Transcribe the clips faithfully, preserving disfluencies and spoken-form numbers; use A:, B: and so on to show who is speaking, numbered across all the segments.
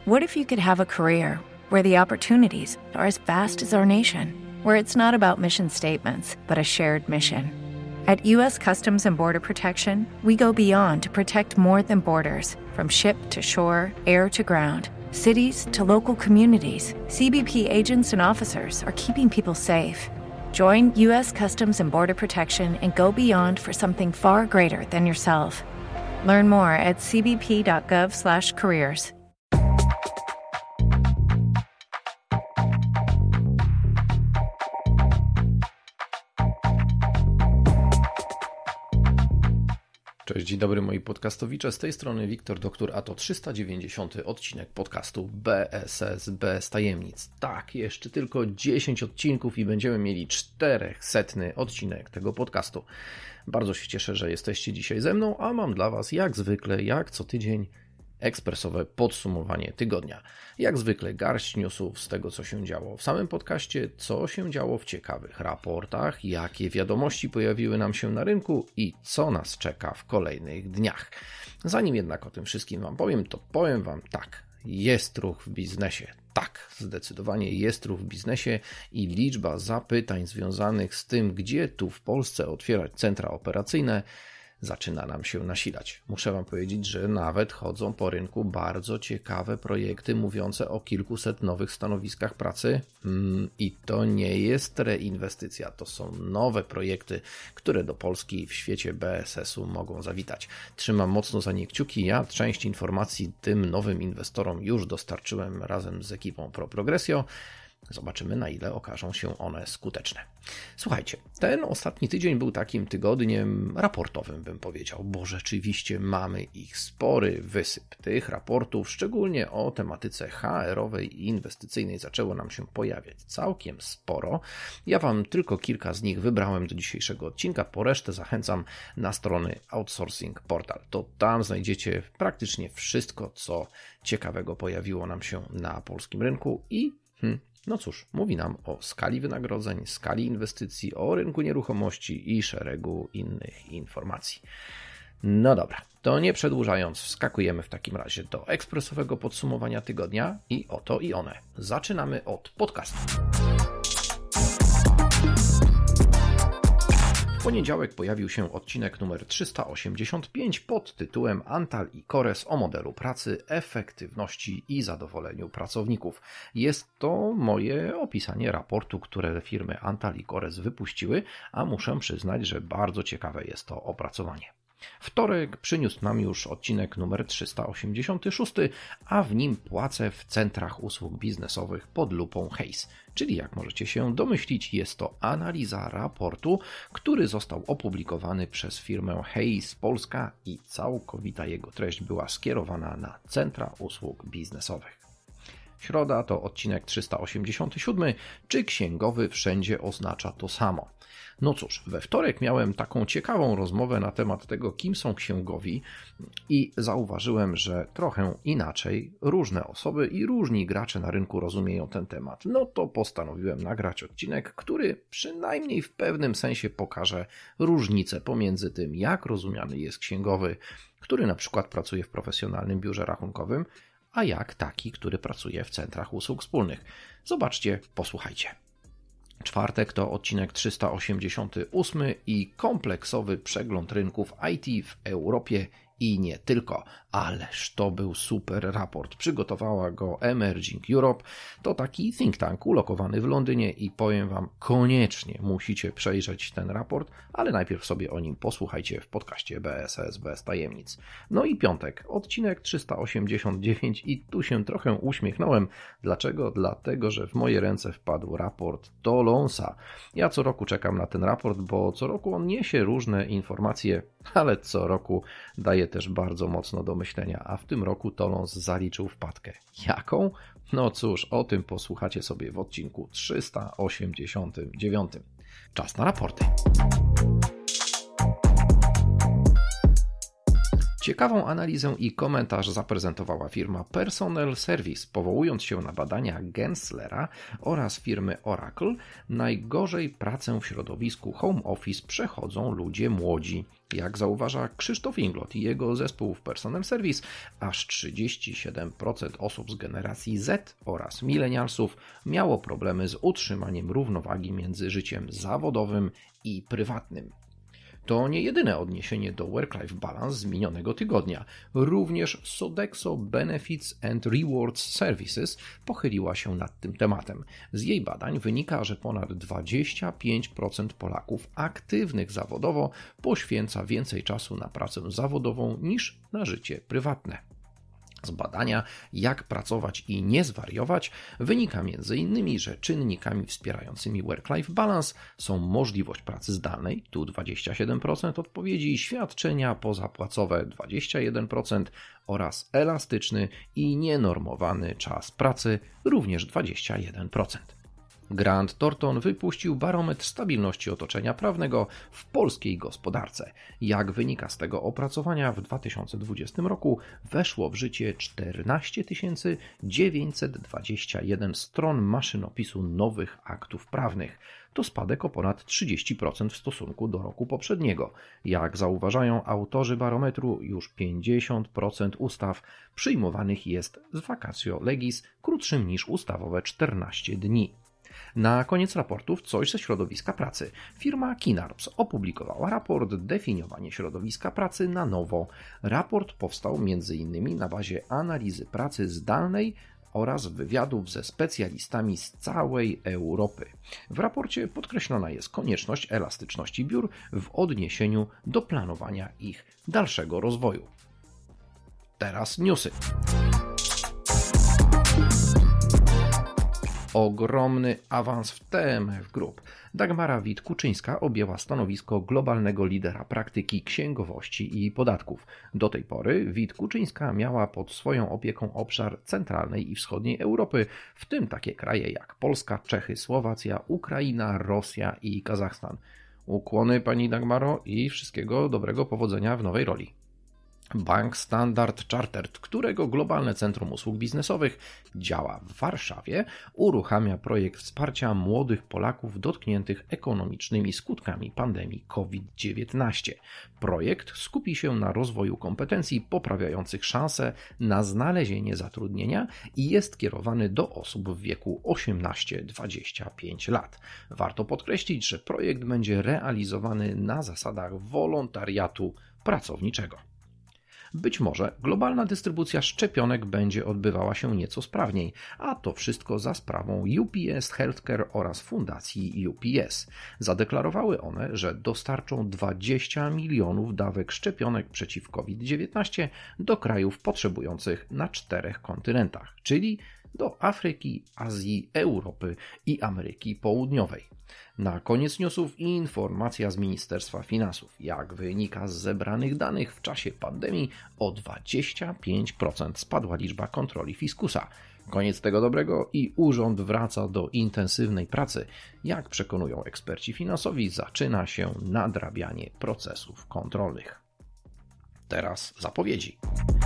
A: What if you could have a career where the opportunities are as vast as our nation, where it's not about mission statements, but a shared mission? At U S Customs and Border Protection, we go beyond to protect more than borders. From ship to shore, air to ground, cities to local communities, C B P agents and officers are keeping people safe. Join U S Customs and Border Protection and go beyond for something far greater than yourself. Learn more at c b p dot gov slash careers.
B: Cześć, dzień dobry moi podcastowicze, z tej strony Wiktor Doktor, a to trzysta dziewięćdziesiąty odcinek podcastu B S S bez tajemnic. Tak, jeszcze tylko dziesięć odcinków i będziemy mieli czterysetny odcinek tego podcastu. Bardzo się cieszę, że jesteście dzisiaj ze mną, a mam dla Was jak zwykle, jak co tydzień, ekspresowe podsumowanie tygodnia. Jak zwykle garść newsów z tego, co się działo w samym podcaście, co się działo w ciekawych raportach, jakie wiadomości pojawiły nam się na rynku i co nas czeka w kolejnych dniach. Zanim jednak o tym wszystkim Wam powiem, to powiem Wam tak, jest ruch w biznesie. Tak, zdecydowanie jest ruch w biznesie i liczba zapytań związanych z tym, gdzie tu w Polsce otwierać centra operacyjne, zaczyna nam się nasilać. Muszę Wam powiedzieć, że nawet chodzą po rynku bardzo ciekawe projekty mówiące o kilkuset nowych stanowiskach pracy mm, i to nie jest reinwestycja, to są nowe projekty, które do Polski w świecie B S S-u mogą zawitać. Trzymam mocno za nie kciuki, ja część informacji tym nowym inwestorom już dostarczyłem razem z ekipą Pro Progressio. Zobaczymy, na ile okażą się one skuteczne. Słuchajcie, ten ostatni tydzień był takim tygodniem raportowym, bym powiedział, bo rzeczywiście mamy ich spory wysyp tych raportów, szczególnie o tematyce H R-owej i inwestycyjnej zaczęło nam się pojawiać całkiem sporo. Ja Wam tylko kilka z nich wybrałem do dzisiejszego odcinka, po resztę zachęcam na strony Outsourcing Portal. To tam znajdziecie praktycznie wszystko, co ciekawego pojawiło nam się na polskim rynku i hmm, no cóż, mówi nam o skali wynagrodzeń, skali inwestycji, o rynku nieruchomości i szeregu innych informacji. No dobra, to nie przedłużając, wskakujemy w takim razie do ekspresowego podsumowania tygodnia i oto i one. Zaczynamy od podcastu. W poniedziałek pojawił się odcinek numer trzysta osiemdziesiąt pięć pod tytułem Antal i Kores o modelu pracy, efektywności i zadowoleniu pracowników. Jest to moje opisanie raportu, które firmy Antal i Kores wypuściły, a muszę przyznać, że bardzo ciekawe jest to opracowanie. Wtorek przyniósł nam już odcinek numer trzysta osiemdziesiąty szósty, a w nim płace w centrach usług biznesowych pod lupą Hays. Czyli jak możecie się domyślić, jest to analiza raportu, który został opublikowany przez firmę Hays Polska i całkowita jego treść była skierowana na centra usług biznesowych. Środa to odcinek trzysta osiemdziesiąty siódmy, czy księgowy wszędzie oznacza to samo. No cóż, we wtorek miałem taką ciekawą rozmowę na temat tego, kim są księgowi i zauważyłem, że trochę inaczej różne osoby i różni gracze na rynku rozumieją ten temat. No to postanowiłem nagrać odcinek, który przynajmniej w pewnym sensie pokaże różnicę pomiędzy tym, jak rozumiany jest księgowy, który na przykład pracuje w profesjonalnym biurze rachunkowym, a jak taki, który pracuje w centrach usług wspólnych. Zobaczcie, posłuchajcie. Czwartek to odcinek trzysta osiemdziesiąty ósmy i kompleksowy przegląd rynków I T w Europie i nie tylko. Ależ to był super raport. Przygotowała go Emerging Europe. To taki think tank ulokowany w Londynie i powiem Wam, koniecznie musicie przejrzeć ten raport, ale najpierw sobie o nim posłuchajcie w podcaście B S S bez tajemnic. No i piątek, odcinek trzysta osiemdziesiąt dziewięć i tu się trochę uśmiechnąłem. Dlaczego? Dlatego, że w moje ręce wpadł raport Tolonsa. Ja co roku czekam na ten raport, bo co roku on niesie różne informacje, ale co roku daje też bardzo mocno do myślenia, a w tym roku Tolons zaliczył wpadkę. Jaką? No cóż, o tym posłuchacie sobie w odcinku trzysta osiemdziesiątym dziewiątym. Czas na raporty. Ciekawą analizę i komentarz zaprezentowała firma Personnel Service, powołując się na badania Genslera oraz firmy Oracle. Najgorzej pracę w środowisku home office przechodzą ludzie młodzi. Jak zauważa Krzysztof Inglot i jego zespół w Personnel Service, aż trzydzieści siedem procent osób z generacji Z oraz milenialsów miało problemy z utrzymaniem równowagi między życiem zawodowym i prywatnym. To nie jedyne odniesienie do work-life balance z minionego tygodnia. Również Sodexo Benefits and Rewards Services pochyliła się nad tym tematem. Z jej badań wynika, że ponad dwadzieścia pięć procent Polaków aktywnych zawodowo poświęca więcej czasu na pracę zawodową niż na życie prywatne. Z badania Jak pracować i nie zwariować wynika między innymi, że czynnikami wspierającymi work-life balance są możliwość pracy zdalnej, tu dwadzieścia siedem procent odpowiedzi, świadczenia pozapłacowe dwadzieścia jeden procent oraz elastyczny i nienormowany czas pracy, również dwadzieścia jeden procent. Grant Thornton wypuścił barometr stabilności otoczenia prawnego w polskiej gospodarce. Jak wynika z tego opracowania, w dwa tysiące dwudziestym roku weszło w życie czternaście tysięcy dziewięćset dwadzieścia jeden stron maszynopisu nowych aktów prawnych. To spadek o ponad trzydzieści procent w stosunku do roku poprzedniego. Jak zauważają autorzy barometru, już pięćdziesiąt procent ustaw przyjmowanych jest z vacatio legis krótszym niż ustawowe czternaście dni. Na koniec raportów coś ze środowiska pracy. Firma Kinarps opublikowała raport Definiowanie środowiska pracy na nowo. Raport powstał między innymi na bazie analizy pracy zdalnej oraz wywiadów ze specjalistami z całej Europy. W raporcie podkreślona jest konieczność elastyczności biur w odniesieniu do planowania ich dalszego rozwoju. Teraz newsy. Ogromny awans w T M F Group. Dagmara Wit-Kuczyńska objęła stanowisko globalnego lidera praktyki księgowości i podatków. Do tej pory Wit-Kuczyńska miała pod swoją opieką obszar centralnej i wschodniej Europy, w tym takie kraje jak Polska, Czechy, Słowacja, Ukraina, Rosja i Kazachstan. Ukłony pani Dagmaro i wszystkiego dobrego powodzenia w nowej roli. Bank Standard Chartered, którego globalne centrum usług biznesowych działa w Warszawie, uruchamia projekt wsparcia młodych Polaków dotkniętych ekonomicznymi skutkami pandemii COVID dziewiętnaście. Projekt skupi się na rozwoju kompetencji poprawiających szanse na znalezienie zatrudnienia i jest kierowany do osób w wieku osiemnaście do dwudziestu pięciu lat. Warto podkreślić, że projekt będzie realizowany na zasadach wolontariatu pracowniczego. Być może globalna dystrybucja szczepionek będzie odbywała się nieco sprawniej, a to wszystko za sprawą U P S Healthcare oraz fundacji U P S. Zadeklarowały one, że dostarczą dwadzieścia milionów dawek szczepionek przeciw COVID dziewiętnaście do krajów potrzebujących na czterech kontynentach, czyli do Afryki, Azji, Europy i Ameryki Południowej. Na koniec newsów informacja z Ministerstwa Finansów. Jak wynika z zebranych danych, w czasie pandemii o dwadzieścia pięć procent spadła liczba kontroli fiskusa. Koniec tego dobrego i urząd wraca do intensywnej pracy. Jak przekonują eksperci finansowi, zaczyna się nadrabianie procesów kontrolnych. Teraz zapowiedzi.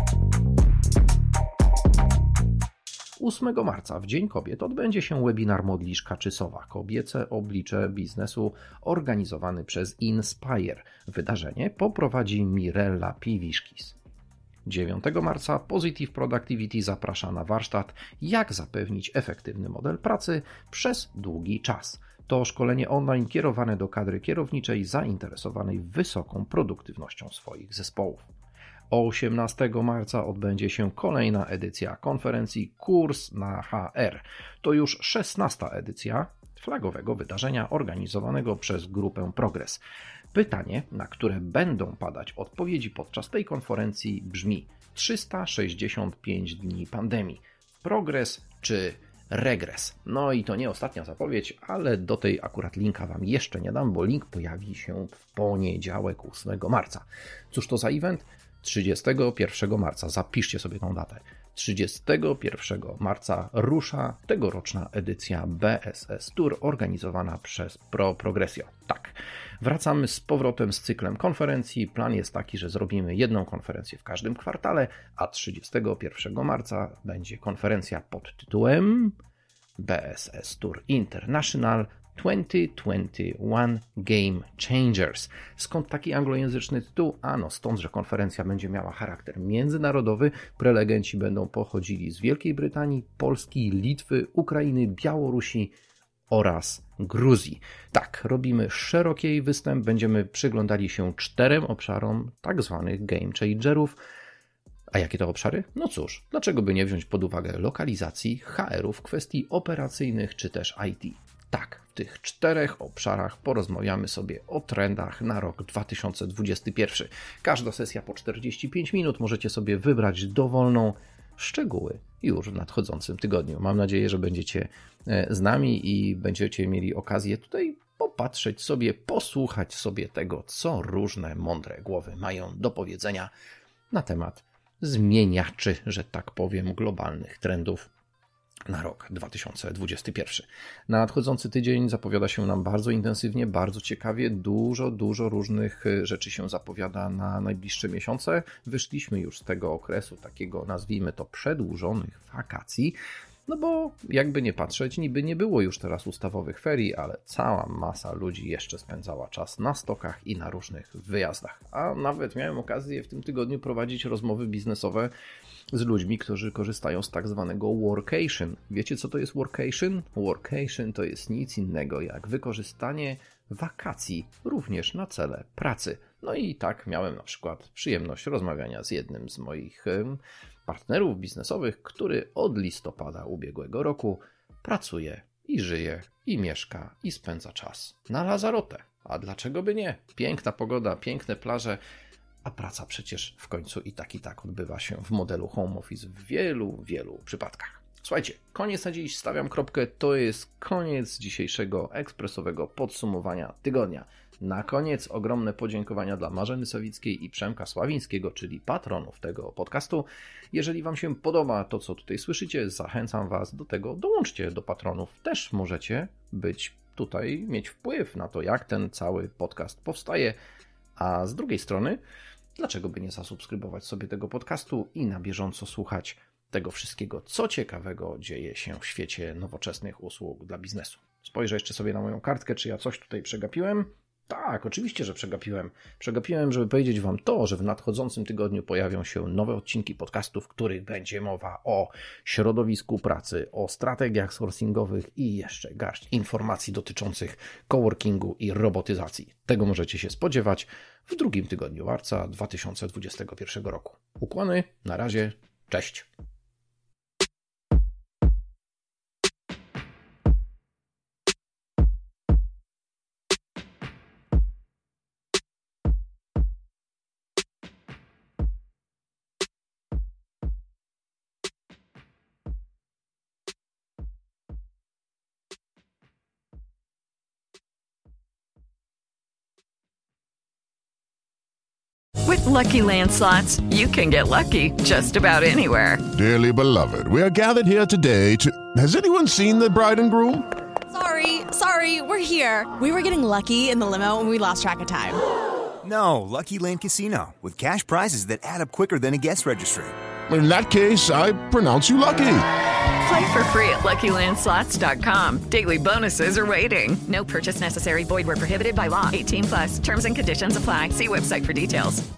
B: ósmego marca, w Dzień Kobiet, odbędzie się webinar Modliszka Czysowa – Kobiece oblicze biznesu, organizowany przez Inspire. Wydarzenie poprowadzi Mirella Piwiszkis. dziewiątego marca Positive Productivity zaprasza na warsztat Jak zapewnić efektywny model pracy przez długi czas. To szkolenie online kierowane do kadry kierowniczej zainteresowanej wysoką produktywnością swoich zespołów. osiemnastego marca odbędzie się kolejna edycja konferencji Kurs na H R. To już szesnasta edycja flagowego wydarzenia organizowanego przez grupę Progress. Pytanie, na które będą padać odpowiedzi podczas tej konferencji, brzmi: trzysta sześćdziesiąt pięć dni pandemii. Progres czy regres? No i to nie ostatnia zapowiedź, ale do tej akurat linka Wam jeszcze nie dam, bo link pojawi się w poniedziałek ósmego marca. Cóż to za event? trzydziestego pierwszego marca, zapiszcie sobie tą datę, trzydziestego pierwszego marca rusza tegoroczna edycja B S S Tour organizowana przez Pro Progressio. Tak, Wracamy z powrotem z cyklem konferencji. Plan jest taki, że zrobimy jedną konferencję w każdym kwartale, a trzydziestego pierwszego marca będzie konferencja pod tytułem B S S Tour International dwa tysiące dwudziesty jeden Game Changers. Skąd taki anglojęzyczny tytuł? Ano stąd, że konferencja będzie miała charakter międzynarodowy. Prelegenci będą pochodzili z Wielkiej Brytanii, Polski, Litwy, Ukrainy, Białorusi oraz Gruzji. Tak, robimy szeroki występ. Będziemy przyglądali się czterem obszarom tak zwanych Game Changerów. A jakie to obszary? No cóż, dlaczego by nie wziąć pod uwagę lokalizacji, H R-ów, kwestii operacyjnych czy też I T? Tak, w tych czterech obszarach porozmawiamy sobie o trendach na rok dwa tysiące dwudziesty pierwszy. Każda sesja po czterdzieści pięć minut, możecie sobie wybrać dowolną. Szczegóły już w nadchodzącym tygodniu. Mam nadzieję, że będziecie z nami i będziecie mieli okazję tutaj popatrzeć sobie, posłuchać sobie tego, co różne mądre głowy mają do powiedzenia na temat zmieniaczy, że tak powiem, globalnych trendów na rok dwa tysiące dwudziesty pierwszy. Nadchodzący tydzień zapowiada się nam bardzo intensywnie, bardzo ciekawie, dużo, dużo różnych rzeczy się zapowiada na najbliższe miesiące. Wyszliśmy już z tego okresu takiego, nazwijmy to, przedłużonych wakacji, no bo jakby nie patrzeć, niby nie było już teraz ustawowych ferii, ale cała masa ludzi jeszcze spędzała czas na stokach i na różnych wyjazdach. A nawet miałem okazję w tym tygodniu prowadzić rozmowy biznesowe z ludźmi, którzy korzystają z tak zwanego workation. Wiecie, co to jest workation? Workation to jest nic innego jak wykorzystanie wakacji również na cele pracy. No i tak miałem na przykład przyjemność rozmawiania z jednym z moich partnerów biznesowych, który od listopada ubiegłego roku pracuje i żyje i mieszka i spędza czas na Lanzarote. A dlaczego by nie? Piękna pogoda, piękne plaże, a praca przecież w końcu i tak i tak odbywa się w modelu home office w wielu, wielu przypadkach. Słuchajcie, koniec na dziś, stawiam kropkę, to jest koniec dzisiejszego ekspresowego podsumowania tygodnia. Na koniec ogromne podziękowania dla Marzeny Sawickiej i Przemka Sławińskiego, czyli patronów tego podcastu. Jeżeli Wam się podoba to, co tutaj słyszycie, zachęcam Was do tego, dołączcie do patronów. Też możecie być tutaj, mieć wpływ na to, jak ten cały podcast powstaje. A z drugiej strony, dlaczego by nie zasubskrybować sobie tego podcastu i na bieżąco słuchać tego wszystkiego, co ciekawego dzieje się w świecie nowoczesnych usług dla biznesu. Spojrzę jeszcze sobie na moją kartkę, czy ja coś tutaj przegapiłem. Tak, oczywiście, że przegapiłem. Przegapiłem, żeby powiedzieć Wam to, że w nadchodzącym tygodniu pojawią się nowe odcinki podcastów, w których będzie mowa o środowisku pracy, o strategiach sourcingowych i jeszcze garść informacji dotyczących coworkingu i robotyzacji. Tego możecie się spodziewać w drugim tygodniu marca dwa tysiące dwudziestego pierwszego roku. Ukłony, na razie, cześć!
C: With Lucky Land Slots, you can get lucky just about anywhere.
D: Dearly beloved, we are gathered here today to... Has anyone seen the bride and groom?
E: Sorry, sorry, we're here. We were getting lucky in the limo and we lost track of time.
F: No, Lucky Land Casino, with cash prizes that add up quicker than a guest registry.
D: In that case, I pronounce you lucky.
C: Play for free at Lucky Land Slots dot com. Daily bonuses are waiting. No purchase necessary. Void where prohibited by law. eighteen plus. Terms and conditions apply. See website for details.